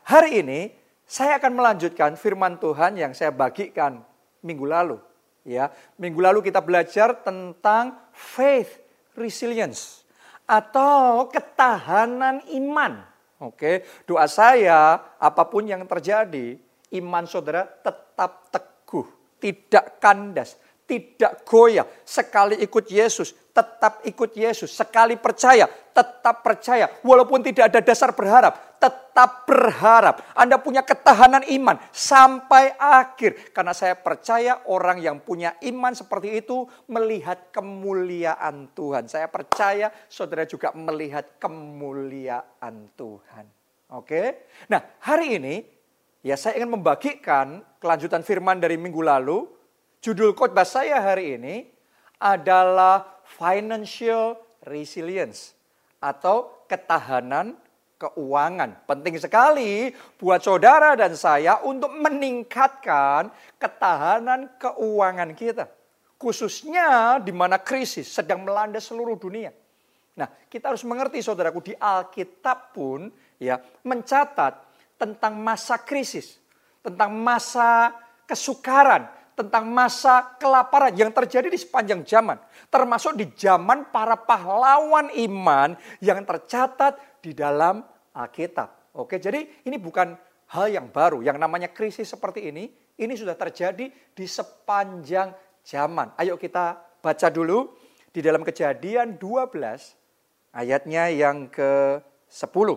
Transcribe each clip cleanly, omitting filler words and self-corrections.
hari ini saya akan melanjutkan firman Tuhan yang saya bagikan minggu lalu. Ya, minggu lalu kita belajar tentang faith resilience atau ketahanan iman. Oke, doa saya apapun yang terjadi, iman saudara tetap teguh, tidak kandas, tidak goyah. Sekali ikut Yesus, tetap ikut Yesus. Sekali percaya, tetap percaya. Walaupun tidak ada dasar berharap, tetap berharap. Anda punya ketahanan iman sampai akhir. Karena saya percaya orang yang punya iman seperti itu melihat kemuliaan Tuhan. Saya percaya saudara juga melihat kemuliaan Tuhan. Oke? Nah, hari ini ya saya ingin membagikan kelanjutan firman dari minggu lalu. Judul khotbah saya hari ini adalah financial resilience atau ketahanan keuangan. Penting sekali buat saudara dan saya untuk meningkatkan ketahanan keuangan kita. Khususnya di mana krisis sedang melanda seluruh dunia. Nah, kita harus mengerti saudaraku, di Alkitab pun ya mencatat tentang masa krisis, tentang masa kesukaran, tentang masa kelaparan yang terjadi di sepanjang zaman. Termasuk di zaman para pahlawan iman yang tercatat di dalam Alkitab. Oke, jadi ini bukan hal yang baru. Yang namanya krisis seperti ini sudah terjadi di sepanjang zaman. Ayo kita baca dulu di dalam Kejadian 12 ayatnya yang ke-10.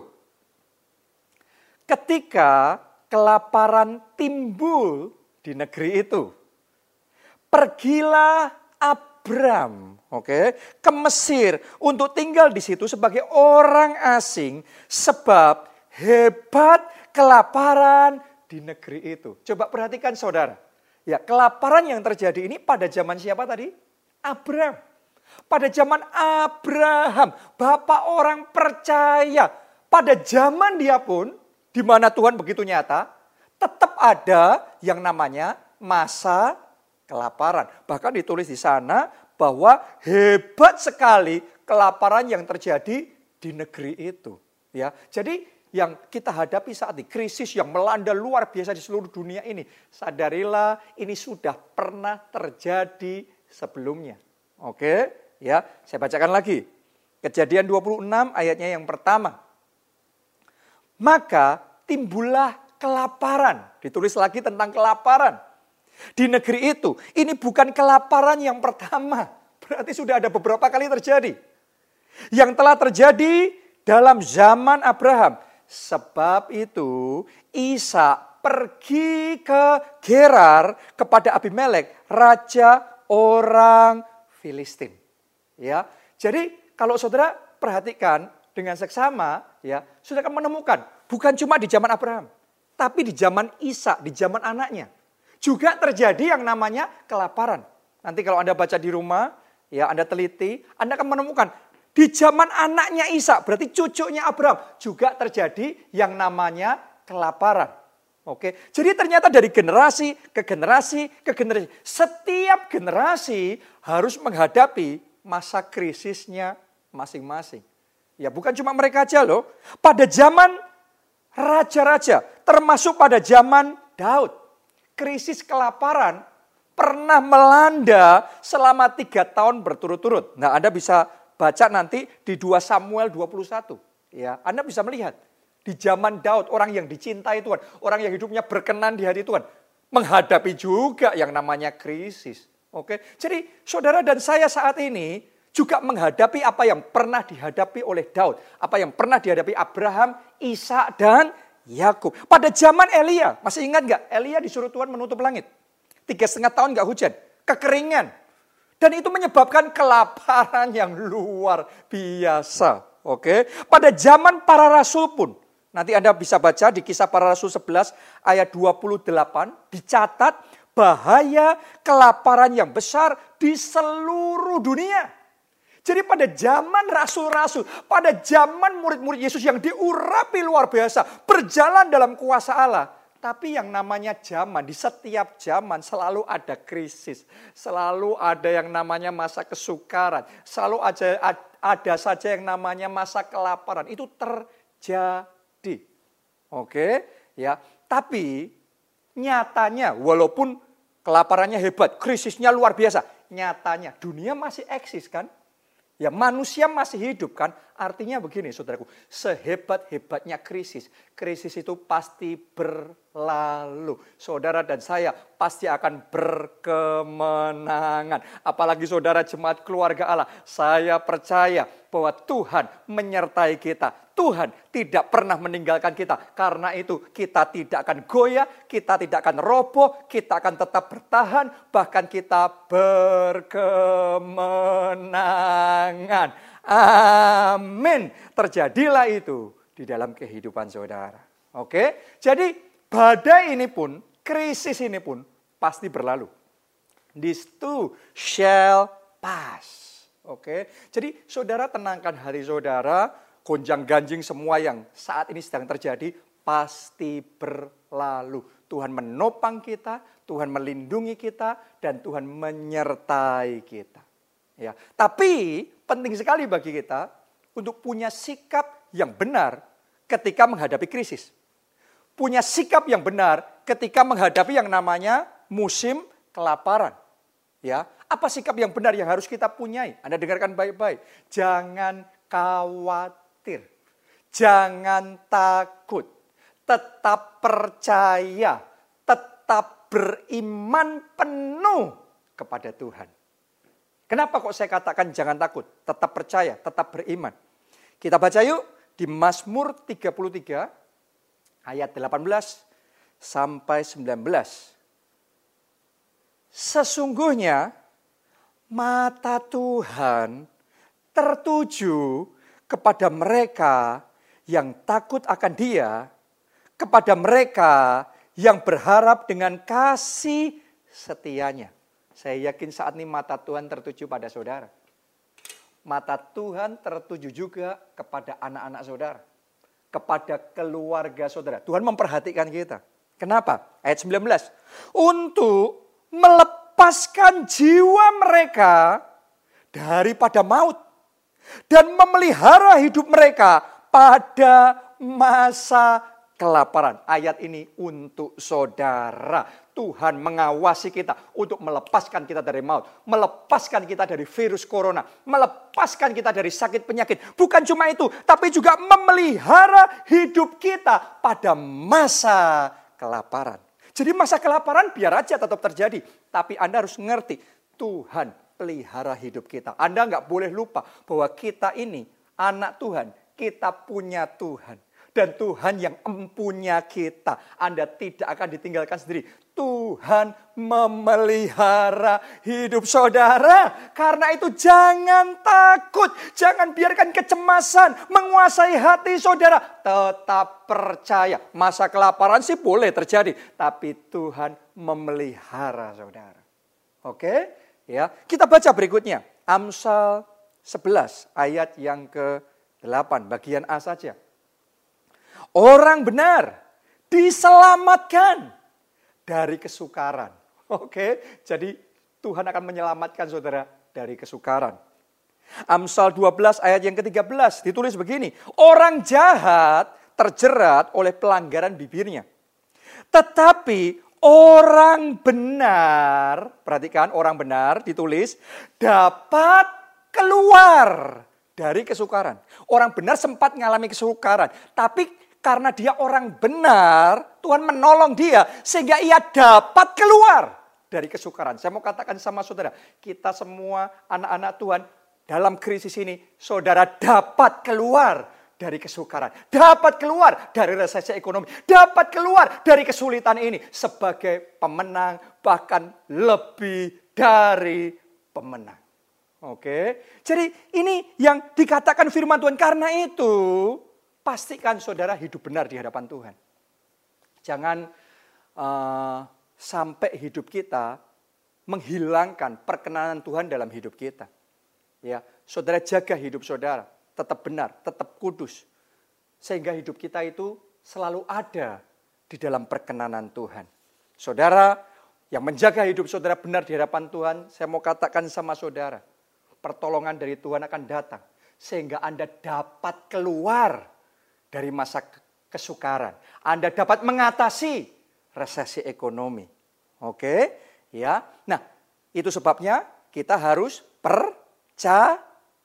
Ketika kelaparan timbul di negeri itu, pergilah Abram, ke Mesir untuk tinggal di situ sebagai orang asing sebab hebat kelaparan di negeri itu. Coba perhatikan saudara. Ya, kelaparan yang terjadi ini pada zaman siapa tadi? Abram. Pada zaman Abraham, bapak orang percaya. Pada zaman dia pun, di mana Tuhan begitu nyata, tetap ada yang namanya masa kelaparan. Bahkan ditulis di sana bahwa hebat sekali kelaparan yang terjadi di negeri itu. Ya, jadi yang kita hadapi saat ini, krisis yang melanda luar biasa di seluruh dunia ini, sadarilah ini sudah pernah terjadi sebelumnya. Oke, ya, saya bacakan lagi. Kejadian 26 ayatnya yang pertama. Maka timbullah kelaparan. Ditulis lagi tentang kelaparan di negeri itu. Ini bukan kelaparan yang pertama. Berarti sudah ada beberapa kali terjadi. Yang telah terjadi dalam zaman Abraham. Sebab itu Ishak pergi ke Gerar kepada Abimelek, raja orang Filistin. Ya, jadi kalau saudara perhatikan dengan seksama, ya, saudara akan menemukan bukan cuma di zaman Abraham, tapi di zaman Ishak, di zaman anaknya. Juga terjadi yang namanya kelaparan. Nanti kalau Anda baca di rumah, ya Anda teliti, Anda akan menemukan di zaman anaknya Ishak, berarti cucunya Abraham, juga terjadi yang namanya kelaparan. Oke, jadi ternyata dari generasi ke generasi ke generasi, setiap generasi harus menghadapi masa krisisnya masing-masing. Ya, bukan cuma mereka aja loh. Pada zaman raja-raja, termasuk pada zaman Daud, krisis kelaparan pernah melanda selama 3 tahun berturut-turut. Nah, Anda bisa baca nanti di 2 Samuel 21. Ya, Anda bisa melihat di zaman Daud, orang yang dicintai Tuhan, orang yang hidupnya berkenan di hati Tuhan, menghadapi juga yang namanya krisis. Oke, jadi saudara dan saya saat ini juga menghadapi apa yang pernah dihadapi oleh Daud, apa yang pernah dihadapi Abraham, Ishak dan Yakub. Pada zaman Elia, masih ingat nggak? Elia disuruh Tuhan menutup langit. 3,5 tahun nggak hujan, kekeringan. Dan itu menyebabkan kelaparan yang luar biasa. Oke, pada zaman para rasul pun, nanti Anda bisa baca di Kisah Para Rasul 11 ayat 28, dicatat bahaya kelaparan yang besar di seluruh dunia. Jadi pada zaman rasul-rasul, pada zaman murid-murid Yesus yang diurapi luar biasa, berjalan dalam kuasa Allah. Tapi yang namanya zaman, di setiap zaman selalu ada krisis. Selalu ada yang namanya masa kesukaran. Selalu ada saja yang namanya masa kelaparan. Itu terjadi. Oke, Ya, tapi nyatanya walaupun kelaparannya hebat, krisisnya luar biasa, nyatanya dunia masih eksis kan? Ya, manusia masih hidup kan? Artinya begini saudaraku, sehebat-hebatnya krisis, krisis itu pasti berlalu. Saudara dan saya pasti akan berkemenangan. Apalagi saudara jemaat keluarga Allah, saya percaya bahwa Tuhan menyertai kita. Tuhan tidak pernah meninggalkan kita. Karena itu kita tidak akan goyah, kita tidak akan roboh, kita akan tetap bertahan, bahkan kita berkemenangan. Amin. Terjadilah itu di dalam kehidupan saudara. Oke, jadi badai ini pun, krisis ini pun pasti berlalu. This too shall pass. Oke, jadi saudara tenangkan hati saudara, gonjang-ganjing semua yang saat ini sedang terjadi pasti berlalu. Tuhan menopang kita, Tuhan melindungi kita, dan Tuhan menyertai kita. Ya, tapi penting sekali bagi kita untuk punya sikap yang benar ketika menghadapi krisis. Punya sikap yang benar ketika menghadapi yang namanya musim kelaparan. Ya, apa sikap yang benar yang harus kita punyai? Anda dengarkan baik-baik. Jangan khawatir. Jangan takut. Tetap percaya. Tetap beriman penuh kepada Tuhan. Kenapa kok saya katakan jangan takut? Tetap percaya, tetap beriman. Kita baca yuk di Mazmur 33 ayat 18 sampai 19. Sesungguhnya mata Tuhan tertuju kepada mereka yang takut akan Dia, kepada mereka yang berharap dengan kasih setianya. Saya yakin saat ini mata Tuhan tertuju pada saudara. Mata Tuhan tertuju juga kepada anak-anak saudara. Kepada keluarga saudara. Tuhan memperhatikan kita. Kenapa? Ayat 19. Untuk melepaskan jiwa mereka daripada maut. Dan memelihara hidup mereka pada masa kelaparan. Ayat ini untuk saudara. Tuhan mengawasi kita untuk melepaskan kita dari maut. Melepaskan kita dari virus corona. Melepaskan kita dari sakit penyakit. Bukan cuma itu, tapi juga memelihara hidup kita pada masa kelaparan. Jadi masa kelaparan biar aja tetap terjadi. Tapi Anda harus ngerti, Tuhan pelihara hidup kita. Anda nggak boleh lupa bahwa kita ini anak Tuhan. Kita punya Tuhan. Dan Tuhan yang empunya kita. Anda tidak akan ditinggalkan sendiri. Tuhan memelihara hidup saudara. Karena itu jangan takut. Jangan biarkan kecemasan menguasai hati saudara. Tetap percaya. Masa kelaparan sih boleh terjadi. Tapi Tuhan memelihara saudara. Oke? Ya, kita baca berikutnya. Amsal 11 ayat yang ke-8. Bagian A saja. Orang benar diselamatkan dari kesukaran. Oke, jadi Tuhan akan menyelamatkan saudara dari kesukaran. Amsal 12 ayat yang ke-13 ditulis begini. Orang jahat terjerat oleh pelanggaran bibirnya. Tetapi orang benar, perhatikan orang benar ditulis, dapat keluar dari kesukaran. Orang benar sempat mengalami kesukaran, tapi karena dia orang benar, Tuhan menolong dia sehingga ia dapat keluar dari kesukaran. Saya mau katakan sama saudara, kita semua anak-anak Tuhan dalam krisis ini, saudara dapat keluar dari kesukaran. Dapat keluar dari resesi ekonomi. Dapat keluar dari kesulitan ini sebagai pemenang, bahkan lebih dari pemenang. Oke, jadi ini yang dikatakan firman Tuhan. Karena itu, pastikan saudara hidup benar di hadapan Tuhan. Jangan sampai hidup kita menghilangkan perkenanan Tuhan dalam hidup kita. Ya, saudara jaga hidup saudara, tetap benar, tetap kudus. Sehingga hidup kita itu selalu ada di dalam perkenanan Tuhan. Saudara yang menjaga hidup saudara benar di hadapan Tuhan, saya mau katakan sama saudara, pertolongan dari Tuhan akan datang. Sehingga Anda dapat keluar dari masa kesukaran. Anda dapat mengatasi resesi ekonomi. Oke, ya. Nah, itu sebabnya kita harus percaya.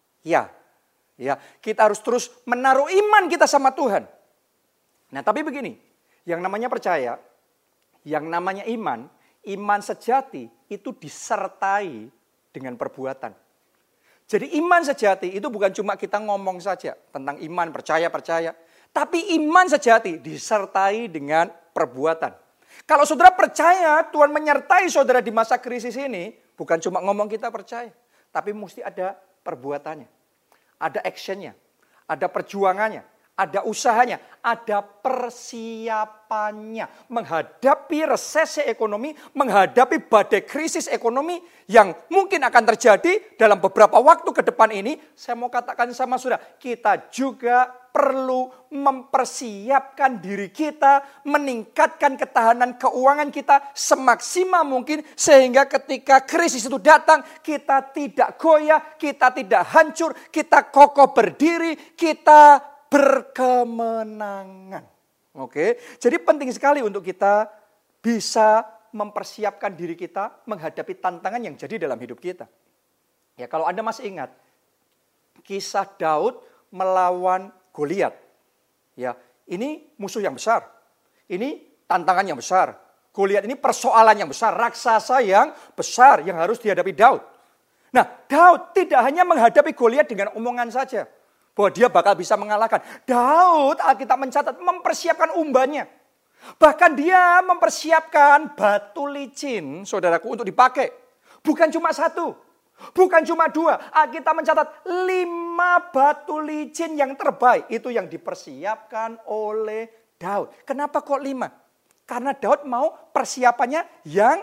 Ya, kita harus terus menaruh iman kita sama Tuhan. Nah, tapi begini, yang namanya percaya, yang namanya iman, iman sejati itu disertai dengan perbuatan. Jadi iman sejati itu bukan cuma kita ngomong saja tentang iman, percaya. Tapi iman sejati disertai dengan perbuatan. Kalau saudara percaya Tuhan menyertai saudara di masa krisis ini, bukan cuma ngomong kita percaya. Tapi mesti ada perbuatannya. Ada actionnya, ada perjuangannya, ada usahanya, ada persiapannya. Menghadapi resesi ekonomi, menghadapi badai krisis ekonomi yang mungkin akan terjadi dalam beberapa waktu ke depan ini. Saya mau katakan sama saudara, kita juga perlu mempersiapkan diri kita, meningkatkan ketahanan keuangan kita semaksimal mungkin. Sehingga ketika krisis itu datang, kita tidak goyah, kita tidak hancur, kita kokoh berdiri, kita berkemenangan. Oke, jadi penting sekali untuk kita bisa mempersiapkan diri kita menghadapi tantangan yang jadi dalam hidup kita. Ya, kalau Anda masih ingat kisah Daud melawan Goliat. Ya, ini musuh yang besar. Ini tantangan yang besar. Goliat ini persoalan yang besar, raksasa yang besar yang harus dihadapi Daud. Nah, Daud tidak hanya menghadapi Goliat dengan omongan saja bahwa dia bakal bisa mengalahkan. Daud, Alkitab mencatat, mempersiapkan umbannya. Bahkan dia mempersiapkan batu licin, saudaraku, untuk dipakai. Bukan cuma satu, bukan cuma dua. Alkitab mencatat 5 batu licin yang terbaik. Itu yang dipersiapkan oleh Daud. Kenapa kok 5? Karena Daud mau persiapannya yang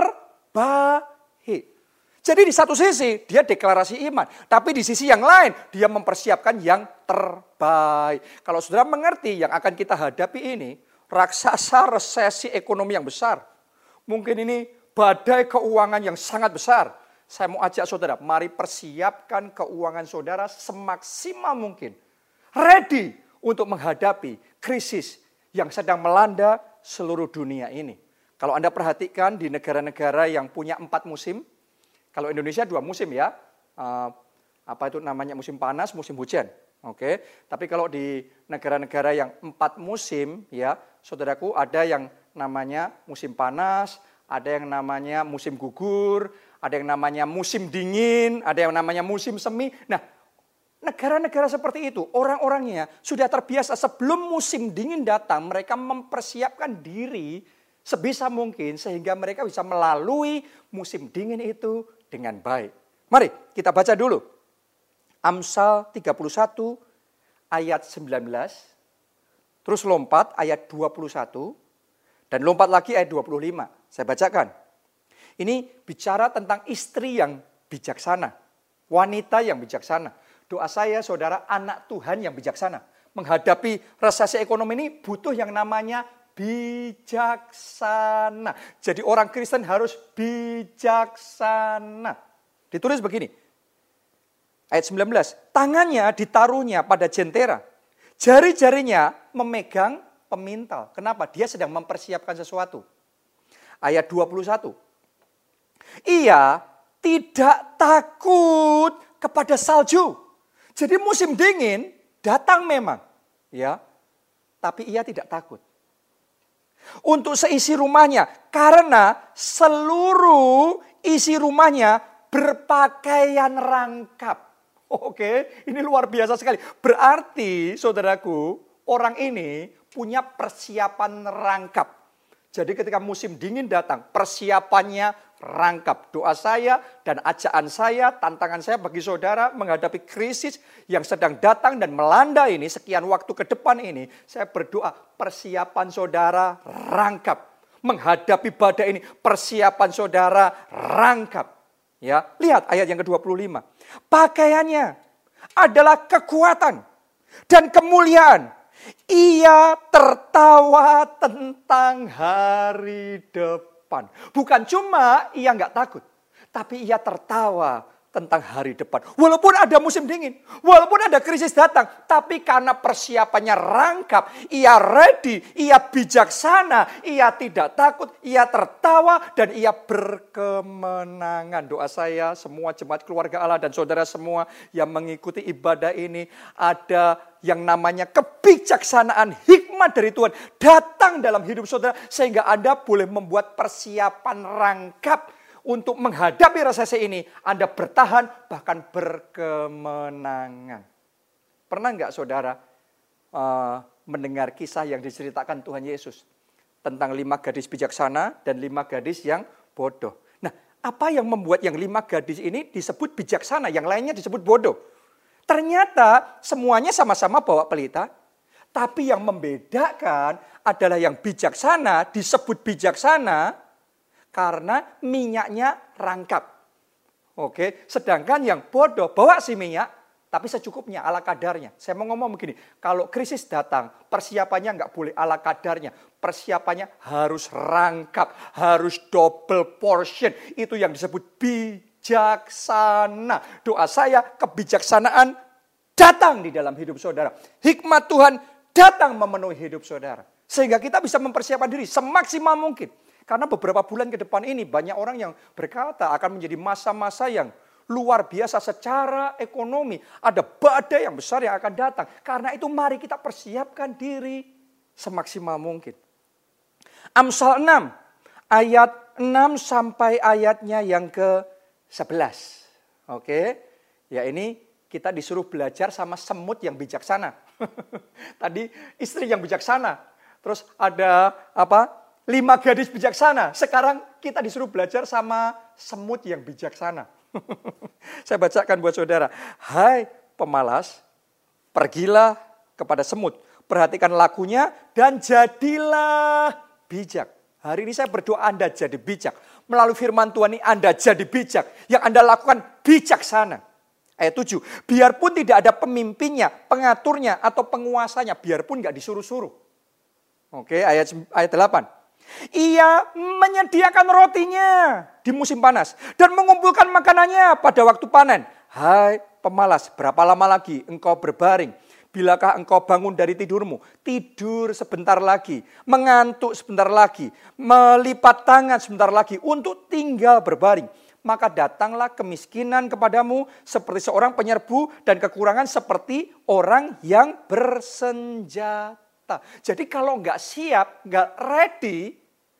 terbaik. Jadi di satu sisi dia deklarasi iman. Tapi di sisi yang lain dia mempersiapkan yang terbaik. Kalau saudara mengerti yang akan kita hadapi ini, raksasa resesi ekonomi yang besar. Mungkin ini badai keuangan yang sangat besar. Saya mau ajak saudara, mari persiapkan keuangan saudara semaksimal mungkin. Ready untuk menghadapi krisis yang sedang melanda seluruh dunia ini. Kalau Anda perhatikan di negara-negara yang punya 4 musim, kalau Indonesia 2 musim ya, apa itu namanya musim panas, musim hujan. Oke, tapi kalau di negara-negara yang 4 musim ya, saudaraku, ada yang namanya musim panas, ada yang namanya musim gugur, ada yang namanya musim dingin, ada yang namanya musim semi. Nah, negara-negara seperti itu, orang-orangnya sudah terbiasa sebelum musim dingin datang, mereka mempersiapkan diri sebisa mungkin sehingga mereka bisa melalui musim dingin itu dengan baik. Mari kita baca dulu. Amsal 31 ayat 19, terus lompat ayat 21, dan lompat lagi ayat 25. Saya bacakan. Ini bicara tentang istri yang bijaksana, wanita yang bijaksana. Doa saya saudara, anak Tuhan yang bijaksana. Menghadapi resesi ekonomi ini butuh yang namanya bijaksana. Jadi orang Kristen harus bijaksana. Ditulis begini. Ayat 19. Tangannya ditaruhnya pada jentera. Jari-jarinya memegang pemintal. Kenapa? Dia sedang mempersiapkan sesuatu. Ayat 21. Ia tidak takut kepada salju. Jadi musim dingin datang memang. Ya, tapi ia tidak takut. Untuk seisi rumahnya, karena seluruh isi rumahnya berpakaian rangkap. Oke, ini luar biasa sekali. Berarti, saudaraku, orang ini punya persiapan rangkap. Jadi ketika musim dingin datang, persiapannya rangkap. Doa saya dan ajaan saya, tantangan saya bagi saudara menghadapi krisis yang sedang datang dan melanda ini, sekian waktu ke depan ini, saya berdoa persiapan saudara rangkap. Menghadapi badai ini, persiapan saudara rangkap. Ya, lihat ayat yang ke-25. Pakaiannya adalah kekuatan dan kemuliaan. Ia tertawa tentang hari depan. Bukan cuma ia nggak takut, tapi ia tertawa tentang hari depan. Walaupun ada musim dingin, walaupun ada krisis datang, tapi karena persiapannya rangkap, ia ready, ia bijaksana, ia tidak takut, ia tertawa, dan ia berkemenangan. Doa saya, semua jemaat keluarga Allah dan saudara semua yang mengikuti ibadah ini, ada yang namanya kebijaksanaan, hikmat dari Tuhan datang dalam hidup saudara, sehingga Anda boleh membuat persiapan rangkap untuk menghadapi resesi ini. Anda bertahan, bahkan berkemenangan. Pernah nggak saudara mendengar kisah yang diceritakan Tuhan Yesus tentang 5 gadis bijaksana dan 5 gadis yang bodoh? Nah, apa yang membuat yang 5 gadis ini disebut bijaksana, yang lainnya disebut bodoh? Ternyata semuanya sama-sama bawa pelita, tapi yang membedakan adalah yang bijaksana disebut bijaksana karena minyaknya rangkap. Oke, sedangkan yang bodoh bawa si minyak, tapi secukupnya, ala kadarnya. Saya mau ngomong begini, kalau krisis datang, persiapannya nggak boleh ala kadarnya. Persiapannya harus rangkap, harus double portion. Itu yang disebut bijaksana. Doa saya, kebijaksanaan datang di dalam hidup saudara. Hikmat Tuhan datang memenuhi hidup saudara. Sehingga kita bisa mempersiapkan diri semaksimal mungkin. Karena beberapa bulan ke depan ini banyak orang yang berkata akan menjadi masa-masa yang luar biasa secara ekonomi. Ada badai yang besar yang akan datang. Karena itu mari kita persiapkan diri semaksimal mungkin. Amsal 6 ayat 6 sampai ayatnya yang ke-11. Oke. Ya ini kita disuruh belajar sama semut yang bijaksana. Tadi istri yang bijaksana. Terus ada 5 gadis bijaksana. Sekarang kita disuruh belajar sama semut yang bijaksana. Saya bacakan buat saudara. Hai pemalas, pergilah kepada semut. Perhatikan lakunya dan jadilah bijak. Hari ini saya berdoa Anda jadi bijak. Melalui firman Tuhan ini Anda jadi bijak. Yang Anda lakukan bijaksana. Ayat 7. Biarpun tidak ada pemimpinnya, pengaturnya, atau penguasanya. Biarpun nggak disuruh-suruh. Oke, ayat 8. Ia menyediakan rotinya di musim panas dan mengumpulkan makanannya pada waktu panen. Hai pemalas, berapa lama lagi engkau berbaring? Bilakah engkau bangun dari tidurmu? Tidur sebentar lagi, mengantuk sebentar lagi, melipat tangan sebentar lagi untuk tinggal berbaring. Maka datanglah kemiskinan kepadamu seperti seorang penyerbu dan kekurangan seperti orang yang bersenjata. Jadi kalau nggak siap, nggak ready,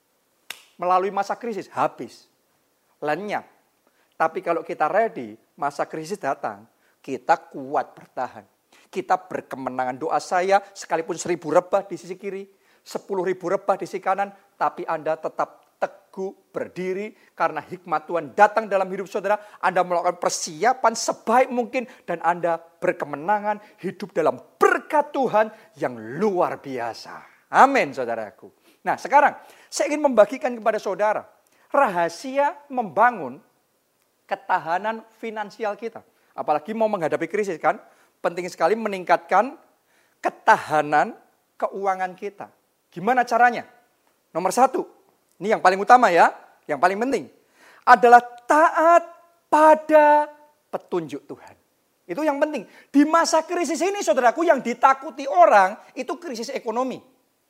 melalui masa krisis, habis. Lenyap. Tapi kalau kita ready, masa krisis datang, kita kuat bertahan. Kita berkemenangan. Doa saya, sekalipun 1000 rebah di sisi kiri, 10.000 rebah di sisi kanan, tapi Anda tetap teguh berdiri, karena hikmat Tuhan datang dalam hidup saudara. Anda melakukan persiapan sebaik mungkin, dan Anda berkemenangan hidup dalam berkat Tuhan yang luar biasa. Amin, saudaraku. Nah, sekarang saya ingin membagikan kepada saudara rahasia membangun ketahanan finansial kita. Apalagi mau menghadapi krisis kan, penting sekali meningkatkan ketahanan keuangan kita. Gimana caranya? Nomor 1, ini yang paling utama ya, yang paling penting, adalah taat pada petunjuk Tuhan. Itu yang penting. Di masa krisis ini saudaraku, yang ditakuti orang itu krisis ekonomi.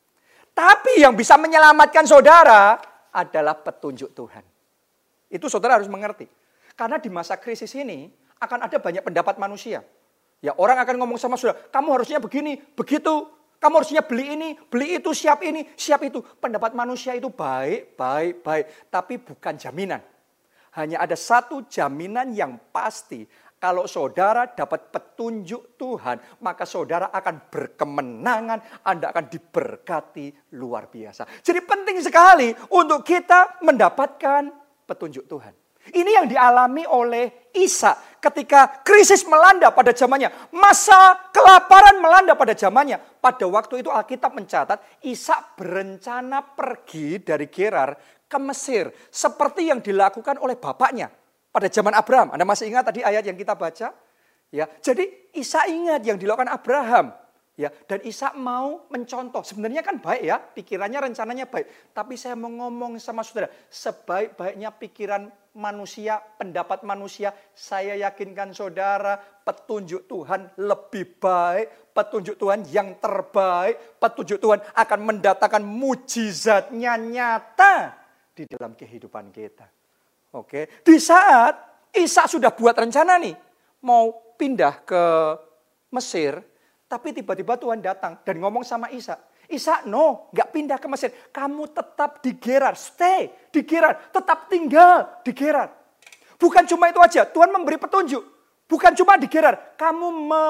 Tapi yang bisa menyelamatkan saudara adalah petunjuk Tuhan. Itu saudara harus mengerti. Karena di masa krisis ini akan ada banyak pendapat manusia. Ya, orang akan ngomong sama saudara, kamu harusnya begini, begitu. Kamu harusnya beli ini, beli itu, siap ini, siap itu. Pendapat manusia itu baik. Tapi bukan jaminan. Hanya ada satu jaminan yang pasti. Kalau saudara dapat petunjuk Tuhan, maka saudara akan berkemenangan, Anda akan diberkati luar biasa. Jadi penting sekali untuk kita mendapatkan petunjuk Tuhan. Ini yang dialami oleh Ishak ketika krisis melanda pada zamannya. Masa kelaparan melanda pada zamannya. Pada waktu itu Alkitab mencatat Ishak berencana pergi dari Gerar ke Mesir. Seperti yang dilakukan oleh bapaknya pada zaman Abraham. Anda masih ingat tadi ayat yang kita baca? Ya, jadi Ishak ingat yang dilakukan Abraham. Ya, dan Ishak mau mencontoh. Sebenarnya kan baik ya, pikirannya, rencananya baik. Tapi saya mau ngomong sama saudara, sebaik-baiknya pikiran manusia, pendapat manusia, saya yakinkan saudara, petunjuk Tuhan lebih baik, petunjuk Tuhan yang terbaik, petunjuk Tuhan akan mendatangkan mujizatnya nyata di dalam kehidupan kita. Oke, di saat Ishak sudah buat rencana nih, mau pindah ke Mesir, tapi tiba-tiba Tuhan datang dan ngomong sama Ishak. Ishak, no, gak pindah ke Mesir. Kamu tetap di Gerar, stay di Gerar, tetap tinggal di Gerar. Bukan cuma itu aja, Tuhan memberi petunjuk. Bukan cuma di Gerar, kamu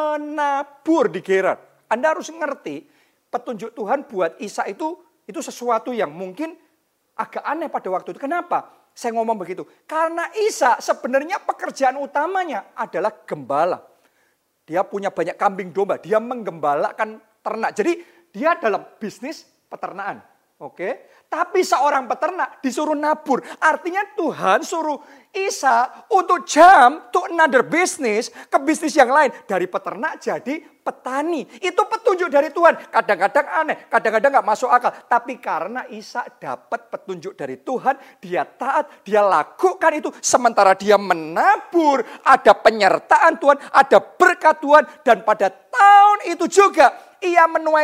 menabur di Gerar. Anda harus ngerti, petunjuk Tuhan buat Ishak itu sesuatu yang mungkin agak aneh pada waktu itu. Kenapa? Saya ngomong begitu. Karena Ishak sebenarnya pekerjaan utamanya adalah gembala. Dia punya banyak kambing domba. Dia menggembalakan ternak. Jadi dia dalam bisnis peternakan. Oke. Tapi seorang peternak disuruh nabur. Artinya Tuhan suruh Ishak untuk jump to another business. Ke bisnis yang lain. Dari peternak jadi petani. Itu petunjuk dari Tuhan. Kadang-kadang aneh. Kadang-kadang gak masuk akal. Tapi karena Ishak dapat petunjuk dari Tuhan. Dia taat. Dia lakukan itu. Sementara dia menabur. Ada penyertaan Tuhan. Ada berkat Tuhan. Dan pada tahun itu juga. Ia menuai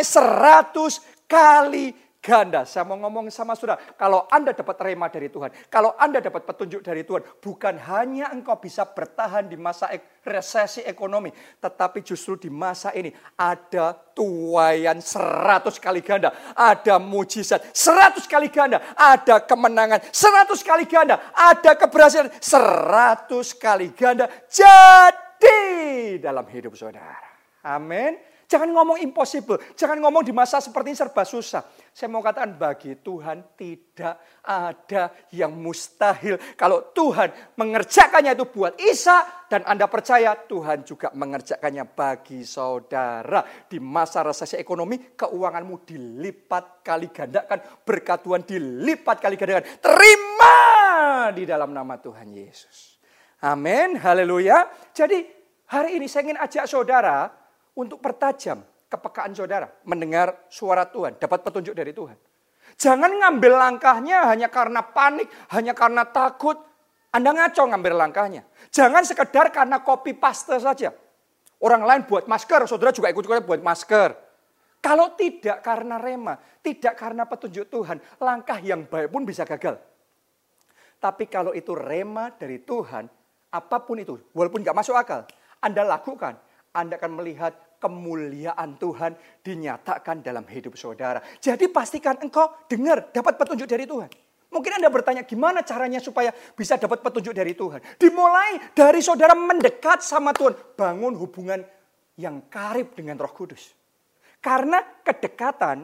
100 kali ganda. Saya mau ngomong sama saudara, kalau Anda dapat rema dari Tuhan, kalau Anda dapat petunjuk dari Tuhan, bukan hanya engkau bisa bertahan di masa resesi ekonomi, tetapi justru di masa ini ada tuaian 100 kali ganda, ada mujizat 100 kali ganda, ada kemenangan 100 kali ganda, ada keberhasilan 100 kali ganda jadi dalam hidup saudara. Amin. Jangan ngomong impossible. Jangan ngomong di masa seperti ini serba susah. Saya mau katakan bagi Tuhan tidak ada yang mustahil. Kalau Tuhan mengerjakannya itu buat Ishak dan Anda percaya Tuhan juga mengerjakannya bagi saudara. Di masa resesi ekonomi keuanganmu dilipat kali gandakan. Berkat Tuhan dilipat kali gandakan. Terima di dalam nama Tuhan Yesus. Amin. Haleluya. Jadi hari ini saya ingin ajak saudara untuk pertajam kepekaan saudara, mendengar suara Tuhan, dapat petunjuk dari Tuhan. Jangan ngambil langkahnya hanya karena panik, hanya karena takut. Anda ngaco ngambil langkahnya. Jangan sekedar karena copy paste saja. Orang lain buat masker, saudara juga ikut-ikutan buat masker. Kalau tidak karena rema, tidak karena petunjuk Tuhan, langkah yang baik pun bisa gagal. Tapi kalau itu rema dari Tuhan, apapun itu, walaupun gak masuk akal, Anda lakukan, Anda akan melihat kemuliaan Tuhan dinyatakan dalam hidup saudara. Jadi pastikan engkau dengar, dapat petunjuk dari Tuhan. Mungkin Anda bertanya, gimana caranya supaya bisa dapat petunjuk dari Tuhan? Dimulai dari saudara mendekat sama Tuhan. Bangun hubungan yang karib dengan Roh Kudus. Karena kedekatan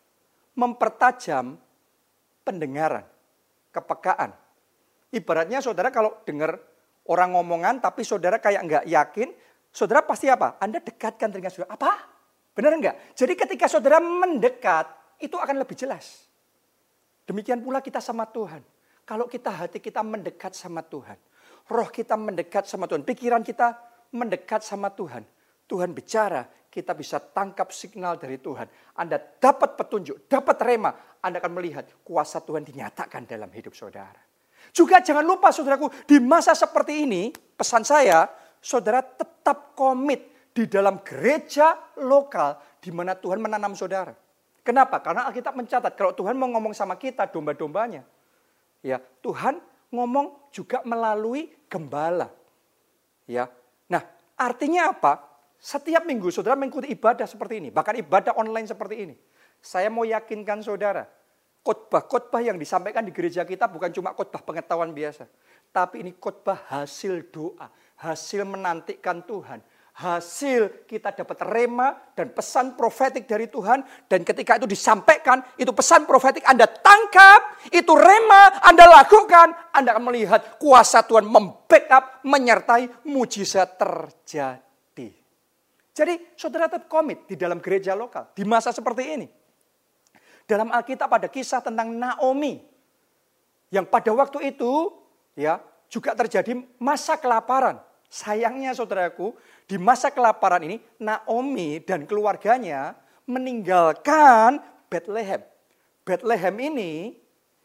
mempertajam pendengaran, kepekaan. Ibaratnya saudara kalau dengar orang ngomongan tapi saudara kayak nggak yakin, saudara pasti apa? Anda dekatkan telinga saudara. Apa? Benar enggak? Jadi ketika saudara mendekat, itu akan lebih jelas. Demikian pula kita sama Tuhan. Kalau hati kita mendekat sama Tuhan. Roh kita mendekat sama Tuhan. Pikiran kita mendekat sama Tuhan. Tuhan bicara, kita bisa tangkap signal dari Tuhan. Anda dapat petunjuk, dapat rema. Anda akan melihat kuasa Tuhan dinyatakan dalam hidup saudara. Juga jangan lupa saudaraku, di masa seperti ini, pesan saya, saudara tetap komit di dalam gereja lokal di mana Tuhan menanam saudara. Kenapa? Karena Alkitab mencatat kalau Tuhan mau ngomong sama kita domba-dombanya, ya Tuhan ngomong juga melalui gembala. Ya. Nah, artinya apa? Setiap minggu saudara mengikuti ibadah seperti ini, bahkan ibadah online seperti ini. Saya mau yakinkan saudara, khotbah-khotbah yang disampaikan di gereja kita bukan cuma khotbah pengetahuan biasa, tapi ini khotbah hasil doa. Hasil menantikan Tuhan. Hasil kita dapat rema dan pesan profetik dari Tuhan. Dan ketika itu disampaikan, itu pesan profetik Anda tangkap, itu rema Anda lakukan. Anda akan melihat kuasa Tuhan membackup, menyertai mujizat terjadi. Jadi saudara tetap komit di dalam gereja lokal. Di masa seperti ini. Dalam Alkitab ada kisah tentang Naomi. Yang pada waktu itu ya juga terjadi masa kelaparan. sayangnya saudaraku, di masa kelaparan ini Naomi dan keluarganya meninggalkan Bethlehem. Bethlehem ini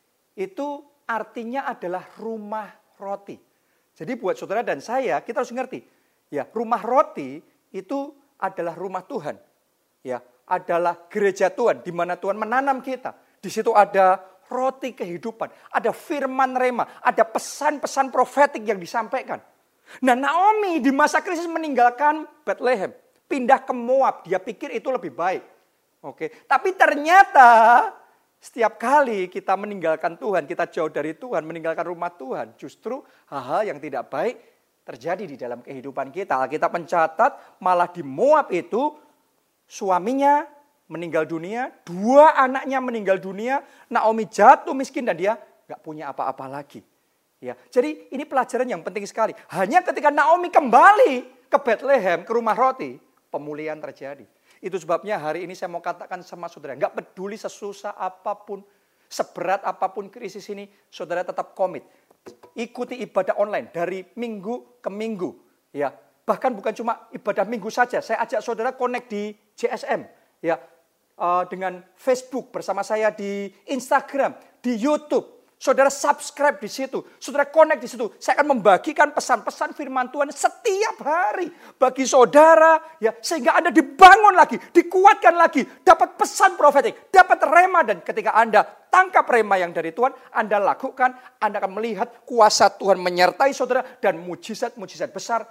itu artinya adalah rumah roti. Jadi buat saudara dan saya, kita harus ngerti, ya, rumah roti itu adalah rumah Tuhan. Ya, adalah gereja Tuhan di mana Tuhan menanam kita. Di situ ada roti kehidupan, ada firman rema, ada pesan-pesan profetik yang disampaikan. Nah, Naomi di masa krisis meninggalkan Bethlehem, pindah ke Moab. Dia pikir itu lebih baik. Oke, tapi ternyata setiap kali kita meninggalkan Tuhan, kita jauh dari Tuhan, meninggalkan rumah Tuhan, justru hal-hal yang tidak baik terjadi di dalam kehidupan kita. Alkitab mencatat malah di Moab itu suaminya meninggal dunia, 2 anaknya meninggal dunia, Naomi jatuh miskin dan dia gak punya apa-apa lagi. Ya, jadi ini pelajaran yang penting sekali. Hanya ketika Naomi kembali ke Bethlehem, ke rumah roti, pemulihan terjadi. Itu sebabnya hari ini saya mau katakan sama saudara, gak peduli sesusah apapun, seberat apapun krisis ini, saudara tetap komit. Ikuti ibadah online dari minggu ke minggu. Ya, bahkan bukan cuma ibadah minggu saja, saya ajak saudara connect di JSM. Ya, dengan Facebook bersama saya di Instagram, di YouTube. Saudara subscribe di situ, saudara connect di situ. Saya akan membagikan pesan-pesan firman Tuhan setiap hari bagi saudara, ya, sehingga Anda dibangun lagi, dikuatkan lagi, dapat pesan profetik, dapat rema, dan ketika Anda tangkap rema yang dari Tuhan, Anda lakukan, Anda akan melihat kuasa Tuhan menyertai saudara dan mujizat-mujizat besar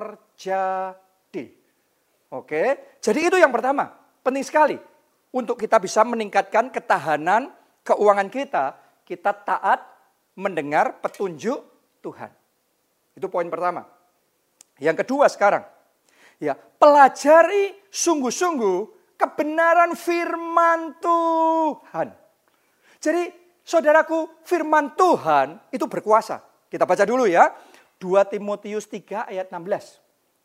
terjadi. Oke, jadi itu yang pertama, penting sekali untuk kita bisa meningkatkan ketahanan keuangan kita taat mendengar petunjuk Tuhan. Itu poin pertama. Yang kedua sekarang, ya, pelajari sungguh-sungguh kebenaran firman Tuhan. Jadi, saudaraku, firman Tuhan itu berkuasa. Kita baca dulu ya. 2 Timotius 3 ayat 16.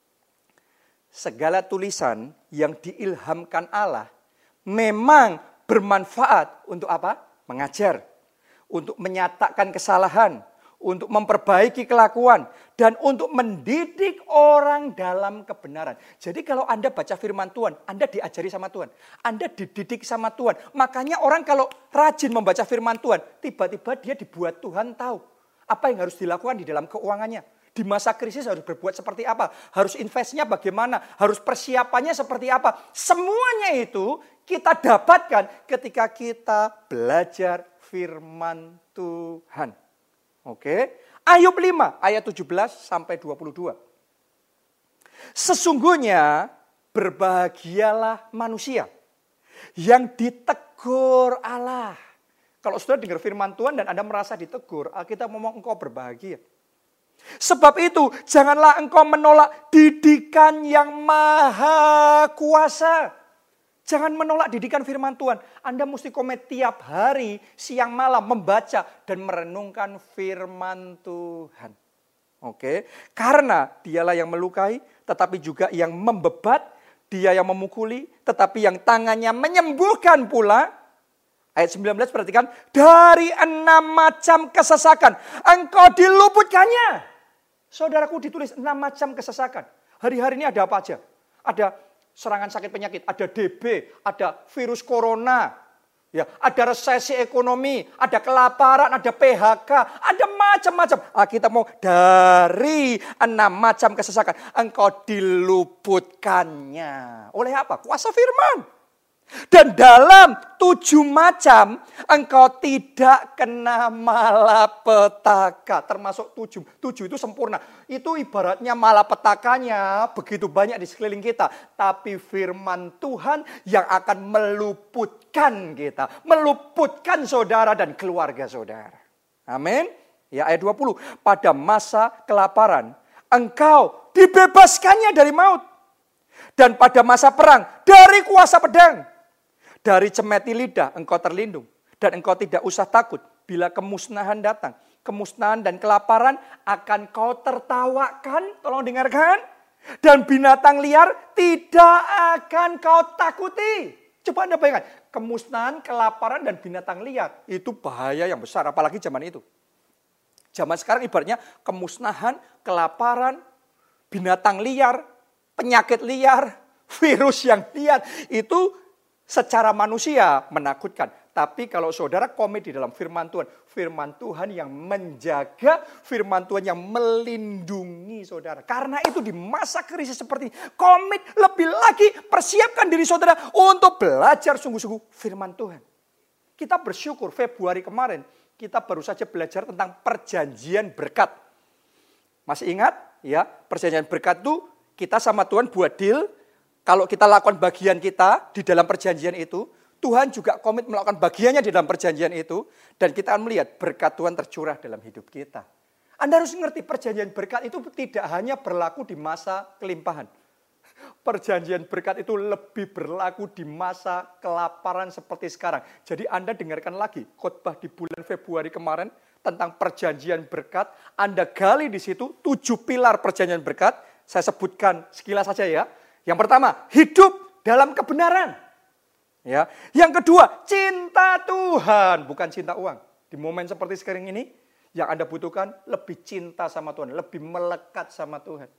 Segala tulisan yang diilhamkan Allah memang bermanfaat untuk apa? Mengajar, untuk menyatakan kesalahan, untuk memperbaiki kelakuan, dan untuk mendidik orang dalam kebenaran. Jadi kalau Anda baca firman Tuhan, Anda diajari sama Tuhan. Anda dididik sama Tuhan. Makanya orang kalau rajin membaca firman Tuhan, tiba-tiba dia dibuat Tuhan tahu apa yang harus dilakukan di dalam keuangannya. Di masa krisis harus berbuat seperti apa, harus investnya bagaimana, harus persiapannya seperti apa. Semuanya itu kita dapatkan ketika kita belajar firman Tuhan. Oke. Ayub 5 ayat 17 sampai 22. Sesungguhnya berbahagialah manusia yang ditegur Allah. Kalau sudah dengar firman Tuhan dan Anda merasa ditegur, Alkitab ngomong engkau berbahagia. Sebab itu janganlah engkau menolak didikan yang maha kuasa. Jangan menolak didikan firman Tuhan. Anda mesti komit tiap hari, siang malam membaca dan merenungkan firman Tuhan. Oke, karena dialah yang melukai, tetapi juga yang membebat, dia yang memukuli, tetapi yang tangannya menyembuhkan pula. Ayat 19 perhatikan, dari 6 macam kesesakan engkau diluputkannya. Saudaraku, ditulis 6 macam kesesakan. Hari-hari ini ada apa aja? Ada serangan sakit penyakit, ada DB, ada virus corona, ya, ada resesi ekonomi, ada kelaparan, ada PHK, ada macam-macam. Kita mau dari 6 macam kesesakan, engkau diluputkannya. Oleh apa? Kuasa firman. Dan dalam 7 macam engkau tidak kena malapetaka. Termasuk 7. 7 itu sempurna. Itu ibaratnya malapetakanya begitu banyak di sekeliling kita. Tapi firman Tuhan yang akan meluputkan kita. Meluputkan saudara dan keluarga saudara. Amin. Ya, ayat 20. Pada masa kelaparan engkau dibebaskannya dari maut. Dan pada masa perang dari kuasa pedang. Dari cemeti lidah engkau terlindung. Dan engkau tidak usah takut bila kemusnahan datang. Kemusnahan dan kelaparan akan kau tertawakan. Tolong dengarkan. Dan binatang liar tidak akan kau takuti. Coba Anda bayangkan. Kemusnahan, kelaparan, dan binatang liar. Itu bahaya yang besar. Apalagi zaman itu. Zaman sekarang ibaratnya kemusnahan, kelaparan, binatang liar, penyakit liar, virus yang liar, itu secara manusia menakutkan. Tapi kalau saudara komit di dalam firman Tuhan yang menjaga, firman Tuhan yang melindungi saudara. Karena itu di masa krisis seperti ini, komit lebih lagi, persiapkan diri saudara untuk belajar sungguh-sungguh firman Tuhan. Kita bersyukur Februari kemarin, kita baru saja belajar tentang perjanjian berkat. Masih ingat? Ya, perjanjian berkat itu kita sama Tuhan buat deal. Kalau kita lakukan bagian kita di dalam perjanjian itu, Tuhan juga komit melakukan bagiannya di dalam perjanjian itu. Dan kita akan melihat berkat Tuhan tercurah dalam hidup kita. Anda harus mengerti perjanjian berkat itu tidak hanya berlaku di masa kelimpahan. Perjanjian berkat itu lebih berlaku di masa kelaparan seperti sekarang. Jadi Anda dengarkan lagi khotbah di bulan Februari kemarin tentang perjanjian berkat. Anda gali di situ 7 pilar perjanjian berkat. Saya sebutkan sekilas saja ya. Yang pertama, hidup dalam kebenaran. Ya, yang kedua, cinta Tuhan, bukan cinta uang. Di momen seperti sekarang ini, yang Anda butuhkan lebih cinta sama Tuhan, lebih melekat sama Tuhan.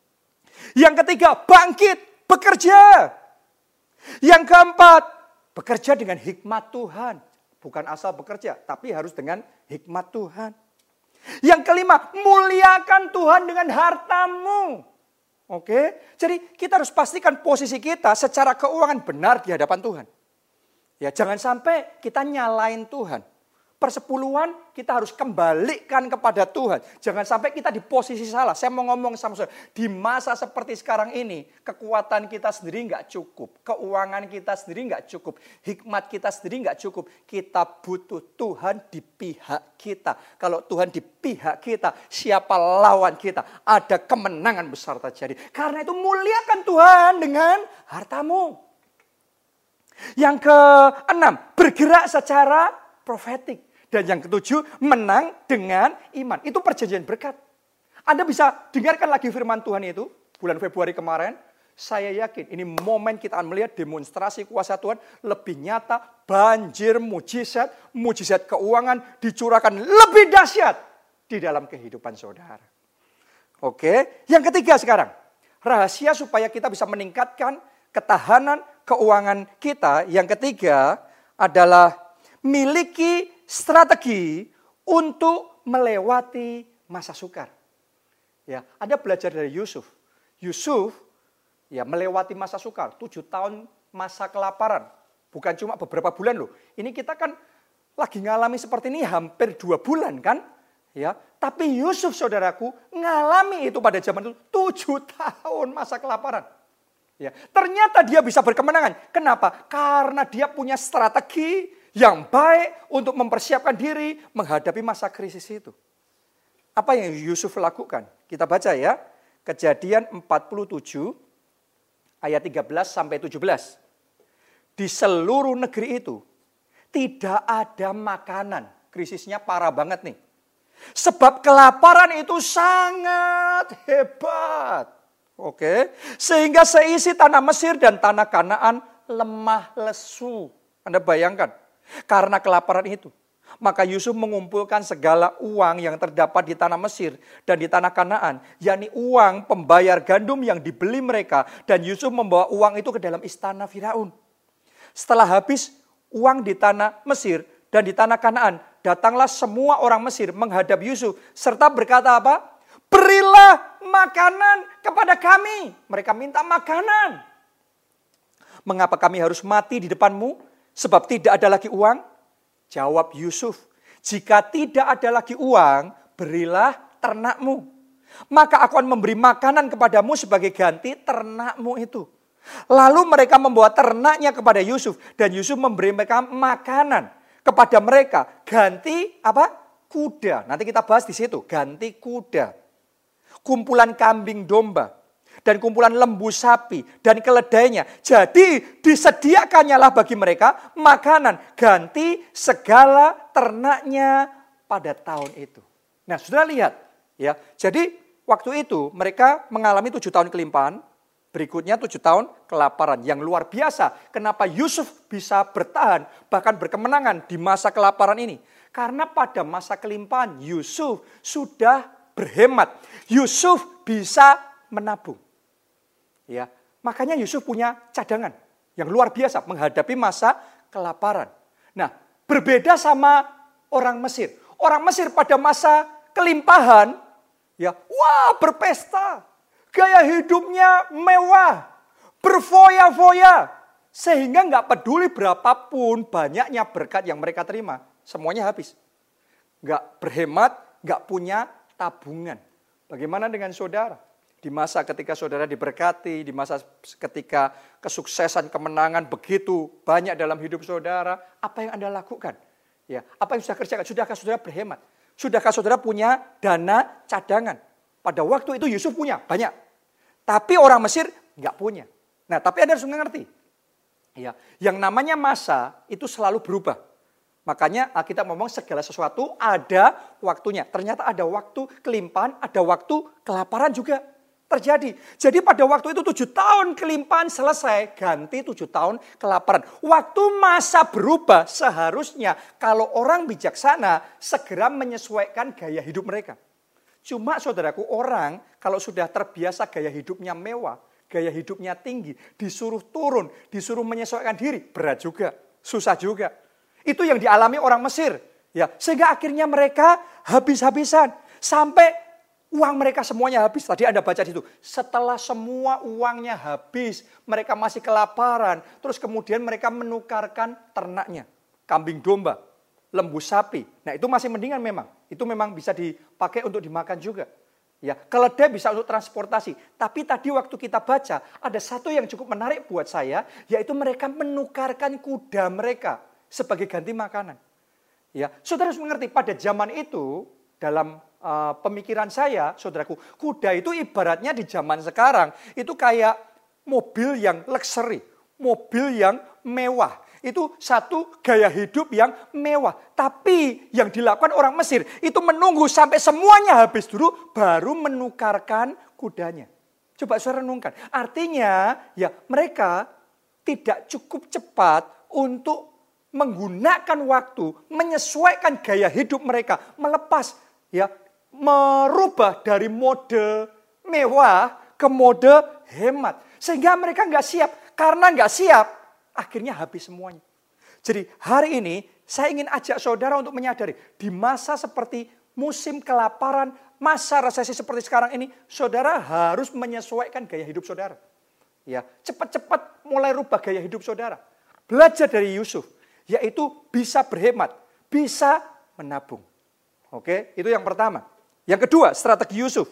Yang ketiga, bangkit, bekerja. Yang keempat, bekerja dengan hikmat Tuhan. Bukan asal bekerja, tapi harus dengan hikmat Tuhan. Yang kelima, muliakan Tuhan dengan hartamu. Oke, jadi kita harus pastikan posisi kita secara keuangan benar di hadapan Tuhan. Ya, jangan sampai kita nyalain Tuhan. Persepuluhan kita harus kembalikan kepada Tuhan. Jangan sampai kita di posisi salah. Saya mau ngomong sama saudara, di masa seperti sekarang ini, kekuatan kita sendiri nggak cukup. Keuangan kita sendiri nggak cukup. Hikmat kita sendiri nggak cukup. Kita butuh Tuhan di pihak kita. Kalau Tuhan di pihak kita, siapa lawan kita? Ada kemenangan besar terjadi. Karena itu muliakan Tuhan dengan hartamu. Yang keenam, bergerak secara profetik. Dan yang ketujuh, menang dengan iman. Itu perjanjian berkat. Anda bisa dengarkan lagi firman Tuhan itu, bulan Februari kemarin. Saya yakin ini momen kita akan melihat demonstrasi kuasa Tuhan lebih nyata. Banjir mujizat, mujizat keuangan dicurahkan lebih dahsyat di dalam kehidupan saudara. Oke, yang ketiga sekarang. Rahasia supaya kita bisa meningkatkan ketahanan keuangan kita. Yang ketiga adalah miliki strategi untuk melewati masa sukar. Ya, Anda belajar dari Yusuf. Yusuf ya melewati masa sukar, 7 tahun masa kelaparan. Bukan cuma beberapa bulan loh. Ini kita kan lagi ngalami seperti ini hampir 2 bulan kan? Ya, tapi Yusuf saudaraku ngalami itu pada zaman itu 7 tahun masa kelaparan. Ya, ternyata dia bisa berkemenangan. Kenapa? Karena dia punya strategi yang baik untuk mempersiapkan diri menghadapi masa krisis itu. Apa yang Yusuf lakukan? Kita baca ya. Kejadian 47 ayat 13 sampai 17. Di seluruh negeri itu tidak ada makanan. Krisisnya parah banget nih. Sebab kelaparan itu sangat hebat. Oke, sehingga seisi tanah Mesir dan tanah Kanaan lemah lesu. Anda bayangkan, karena kelaparan itu. Maka Yusuf mengumpulkan segala uang yang terdapat di tanah Mesir dan di tanah Kanaan. Yakni uang pembayar gandum yang dibeli mereka. Dan Yusuf membawa uang itu ke dalam istana Firaun. Setelah habis uang di tanah Mesir dan di tanah Kanaan, datanglah semua orang Mesir menghadap Yusuf. Serta berkata apa? Berilah makanan kepada kami. Mereka minta makanan. Mengapa kami harus mati di depanmu? Sebab tidak ada lagi uang? Jawab Yusuf, jika tidak ada lagi uang, berilah ternakmu. Maka aku akan memberi makanan kepadamu sebagai ganti ternakmu itu. Lalu mereka membawa ternaknya kepada Yusuf. Dan Yusuf memberi mereka makanan kepada mereka. Ganti apa? Kuda. Nanti kita bahas di situ. Ganti kuda. Kumpulan kambing domba. Dan kumpulan lembu sapi. Dan keledainya. Jadi disediakannya lah bagi mereka makanan. Ganti segala ternaknya pada tahun itu. Nah sudah lihat. Ya, jadi waktu itu mereka mengalami 7 tahun kelimpahan. Berikutnya 7 tahun kelaparan yang luar biasa. Kenapa Yusuf bisa bertahan bahkan berkemenangan di masa kelaparan ini? Karena pada masa kelimpahan Yusuf sudah berhemat. Yusuf bisa menabung. Ya, makanya Yusuf punya cadangan yang luar biasa menghadapi masa kelaparan. Nah, berbeda sama orang Mesir. Orang Mesir pada masa kelimpahan, ya, wah berpesta, gaya hidupnya mewah, berfoya-foya, sehingga nggak peduli berapapun banyaknya berkat yang mereka terima, semuanya habis. Nggak berhemat, nggak punya tabungan. Bagaimana dengan saudara? Di masa ketika saudara diberkati, di masa ketika kesuksesan, kemenangan begitu banyak dalam hidup saudara, apa yang Anda lakukan? Ya, apa yang sudah kerjakan? Sudahkah saudara berhemat? Sudahkah saudara punya dana cadangan? Pada waktu itu Yusuf punya banyak, tapi orang Mesir nggak punya. Nah, tapi Anda harus mengerti, ya, yang namanya masa itu selalu berubah. Makanya kita ngomong segala sesuatu ada waktunya. Ternyata ada waktu kelimpahan, ada waktu kelaparan juga terjadi. Jadi pada waktu itu 7 tahun kelimpahan selesai, ganti 7 tahun kelaparan. Waktu masa berubah, seharusnya kalau orang bijaksana segera menyesuaikan gaya hidup mereka. Cuma saudaraku, orang kalau sudah terbiasa gaya hidupnya mewah, gaya hidupnya tinggi, disuruh turun, disuruh menyesuaikan diri, berat juga, susah juga. Itu yang dialami orang Mesir, ya, sehingga akhirnya mereka habis-habisan sampai uang mereka semuanya habis. Tadi Anda baca di situ, setelah semua uangnya habis, mereka masih kelaparan, terus kemudian mereka menukarkan ternaknya, kambing domba, lembu sapi. Nah, itu masih mendingan memang. Itu memang bisa dipakai untuk dimakan juga. Ya, keledai bisa untuk transportasi. Tapi tadi waktu kita baca, ada satu yang cukup menarik buat saya, yaitu mereka menukarkan kuda mereka sebagai ganti makanan. Ya, saudara harus mengerti, pada zaman itu, dalam pemikiran saya, saudaraku, kuda itu ibaratnya di zaman sekarang, itu kayak mobil yang luxury, mobil yang mewah. Itu satu gaya hidup yang mewah. Tapi yang dilakukan orang Mesir, itu menunggu sampai semuanya habis dulu, baru menukarkan kudanya. Coba saudara renungkan. Artinya, ya mereka tidak cukup cepat untuk menggunakan waktu, menyesuaikan gaya hidup mereka, melepas, ya, merubah dari mode mewah ke mode hemat. Sehingga mereka nggak siap. Karena nggak siap, akhirnya habis semuanya. Jadi hari ini saya ingin ajak saudara untuk menyadari, di masa seperti musim kelaparan, masa resesi seperti sekarang ini, saudara harus menyesuaikan gaya hidup saudara. Ya, cepat-cepat mulai rubah gaya hidup saudara. Belajar dari Yusuf. Yaitu bisa berhemat, bisa menabung. Oke, itu yang pertama. Yang kedua, strategi Yusuf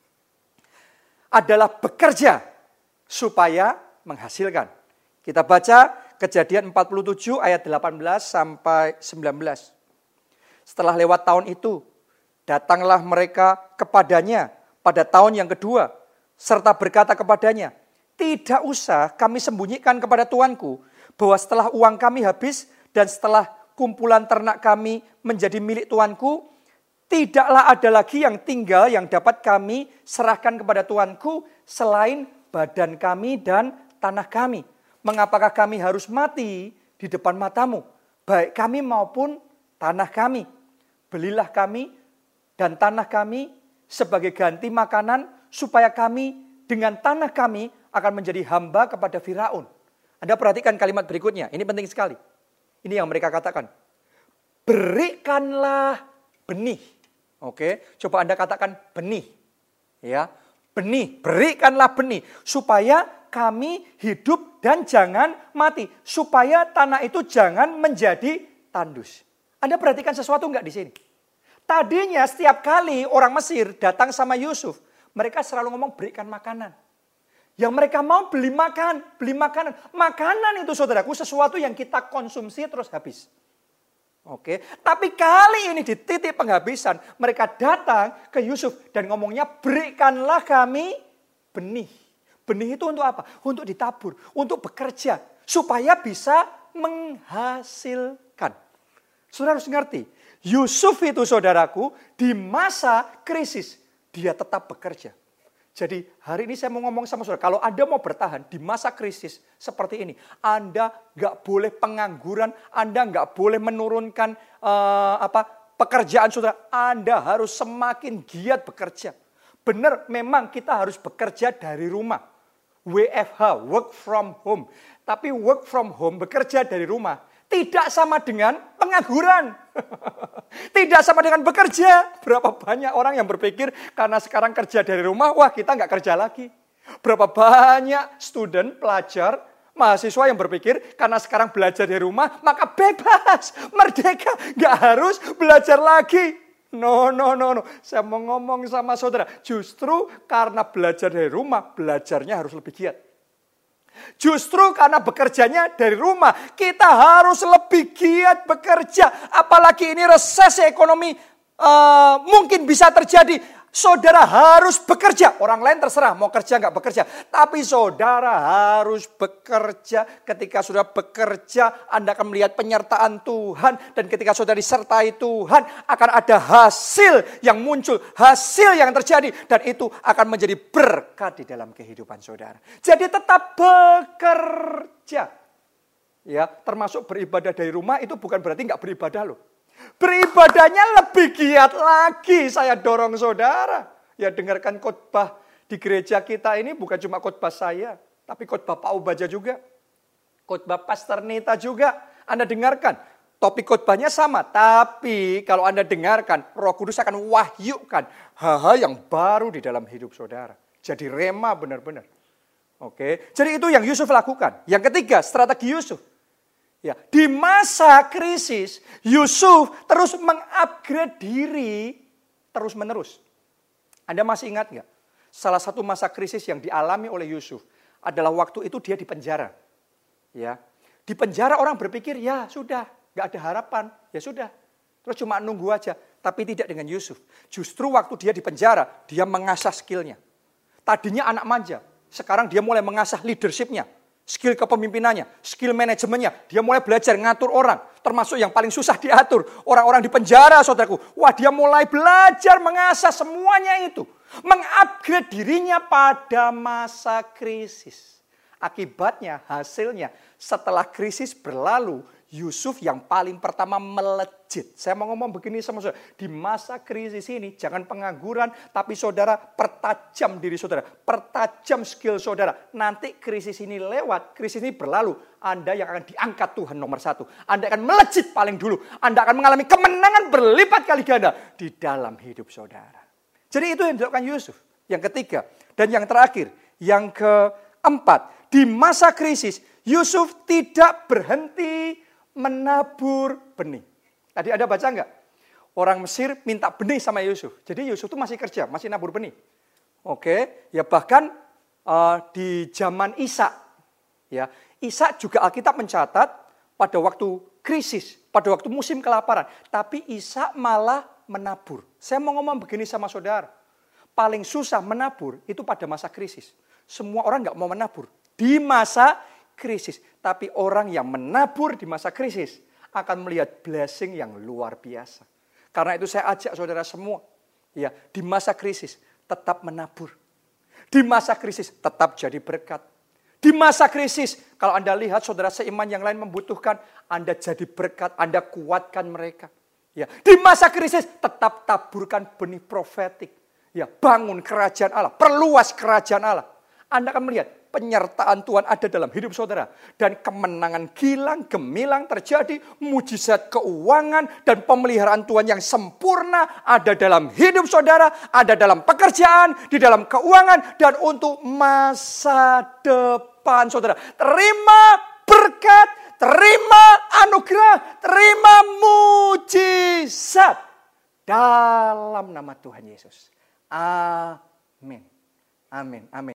adalah bekerja supaya menghasilkan. Kita baca Kejadian 47 ayat 18 sampai 19. Setelah lewat tahun itu, datanglah mereka kepadanya pada tahun yang kedua, serta berkata kepadanya, "Tidak usah kami sembunyikan kepada tuanku, bahwa setelah uang kami habis, dan setelah kumpulan ternak kami menjadi milik tuanku, tidaklah ada lagi yang tinggal yang dapat kami serahkan kepada tuanku selain badan kami dan tanah kami. Mengapakah kami harus mati di depan matamu, baik kami maupun tanah kami? Belilah kami dan tanah kami sebagai ganti makanan, supaya kami dengan tanah kami akan menjadi hamba kepada Firaun." Anda perhatikan kalimat berikutnya, ini penting sekali. Ini yang mereka katakan, berikanlah benih. Oke, coba Anda katakan benih. Ya, benih, berikanlah benih. Supaya kami hidup dan jangan mati. Supaya tanah itu jangan menjadi tandus. Anda perhatikan sesuatu enggak di sini? Tadinya setiap kali orang Mesir datang sama Yusuf, mereka selalu ngomong berikan makanan. Yang mereka mau beli makanan. Makanan itu saudaraku sesuatu yang kita konsumsi terus habis. Oke, tapi kali ini di titik penghabisan, mereka datang ke Yusuf dan ngomongnya berikanlah kami benih. Benih itu untuk apa? Untuk ditabur, untuk bekerja, supaya bisa menghasilkan. Saudara harus ngerti, Yusuf itu saudaraku di masa krisis, dia tetap bekerja. Jadi hari ini saya mau ngomong sama saudara, kalau Anda mau bertahan di masa krisis seperti ini, Anda nggak boleh pengangguran, Anda nggak boleh menurunkan pekerjaan saudara. Anda harus semakin giat bekerja. benar memang kita harus bekerja dari rumah. WFH, work from home. Tapi work from home, bekerja dari rumah, tidak sama dengan pengangguran. Tidak sama dengan bekerja. Berapa banyak orang yang berpikir karena sekarang kerja dari rumah, wah kita nggak kerja lagi. Berapa banyak student, pelajar, mahasiswa yang berpikir karena sekarang belajar dari rumah, maka bebas, merdeka, nggak harus belajar lagi. No. Saya mau ngomong sama saudara, justru karena belajar dari rumah, belajarnya harus lebih giat. Justru karena bekerjanya dari rumah, kita harus lebih giat bekerja. Apalagi ini resesi ekonomi mungkin bisa terjadi. Saudara harus bekerja. Orang lain terserah mau kerja nggak bekerja. Tapi saudara harus bekerja. Ketika saudara bekerja, Anda akan melihat penyertaan Tuhan. Dan ketika saudara disertai Tuhan, akan ada hasil yang muncul. Hasil yang terjadi. Dan itu akan menjadi berkat di dalam kehidupan saudara. Jadi tetap bekerja. Ya, termasuk beribadah dari rumah itu bukan berarti nggak beribadah loh. Beribadahnya lebih giat lagi, saya dorong saudara. Ya dengarkan khotbah di gereja kita ini bukan cuma khotbah saya, tapi khotbah Pak Ubaja juga. Khotbah Pastor Nita juga. Anda dengarkan, topik khotbahnya sama. Tapi kalau Anda dengarkan, Roh Kudus akan wahyukan hal-hal yang baru di dalam hidup saudara. Jadi rema benar-benar. Oke, jadi itu yang Yusuf lakukan. Yang ketiga, strategi Yusuf. Ya, di masa krisis, Yusuf terus mengupgrade diri terus-menerus. Anda masih ingat nggak? Salah satu masa krisis yang dialami oleh Yusuf adalah waktu itu dia di penjara. Ya, di penjara orang berpikir, ya sudah, nggak ada harapan, ya sudah. Terus cuma nunggu aja, tapi tidak dengan Yusuf. Justru waktu dia di penjara, dia mengasah skillnya. Tadinya anak manja, sekarang dia mulai mengasah leadership-nya. Skill kepemimpinannya, skill manajemennya. Dia mulai belajar ngatur orang. Termasuk yang paling susah diatur. Orang-orang di penjara, saudaraku. Wah, dia mulai belajar mengasah semuanya itu. Mengupgrade dirinya pada masa krisis. Akibatnya, hasilnya, setelah krisis berlalu, Yusuf yang paling pertama melejit. Saya mau ngomong begini sama saudara. Di masa krisis ini, jangan pengangguran, tapi saudara pertajam diri saudara. Pertajam skill saudara. Nanti krisis ini lewat, krisis ini berlalu. Anda yang akan diangkat Tuhan nomor 1. Anda akan melejit paling dulu. Anda akan mengalami kemenangan berlipat kali ganda di dalam hidup saudara. Jadi itu yang dilakukan Yusuf. Yang ketiga. Dan yang terakhir. Yang keempat. Di masa krisis, Yusuf tidak berhenti menabur benih. Tadi ada baca enggak? Orang Mesir minta benih sama Yusuf. Jadi Yusuf itu masih kerja, masih nabur benih. Oke, ya bahkan di zaman Ishak. Ya, Ishak juga Alkitab mencatat pada waktu krisis, pada waktu musim kelaparan. Tapi Ishak malah menabur. Saya mau ngomong begini sama saudara. Paling susah menabur itu pada masa krisis. Semua orang enggak mau menabur. Di masa krisis. Tapi orang yang menabur di masa krisis akan melihat blessing yang luar biasa. Karena itu saya ajak saudara semua. Ya, di masa krisis tetap menabur. Di masa krisis tetap jadi berkat. Di masa krisis, kalau Anda lihat saudara seiman yang lain membutuhkan, Anda jadi berkat, Anda kuatkan mereka. Ya, di masa krisis tetap taburkan benih profetik. Ya, bangun kerajaan Allah, perluas kerajaan Allah. Anda akan melihat penyertaan Tuhan ada dalam hidup saudara. Dan kemenangan gilang, gemilang terjadi. Mujizat keuangan dan pemeliharaan Tuhan yang sempurna ada dalam hidup saudara. Ada dalam pekerjaan, di dalam keuangan. Dan untuk masa depan saudara. Terima berkat, terima anugerah, terima mujizat. Dalam nama Tuhan Yesus. Amin. Amin. Amin.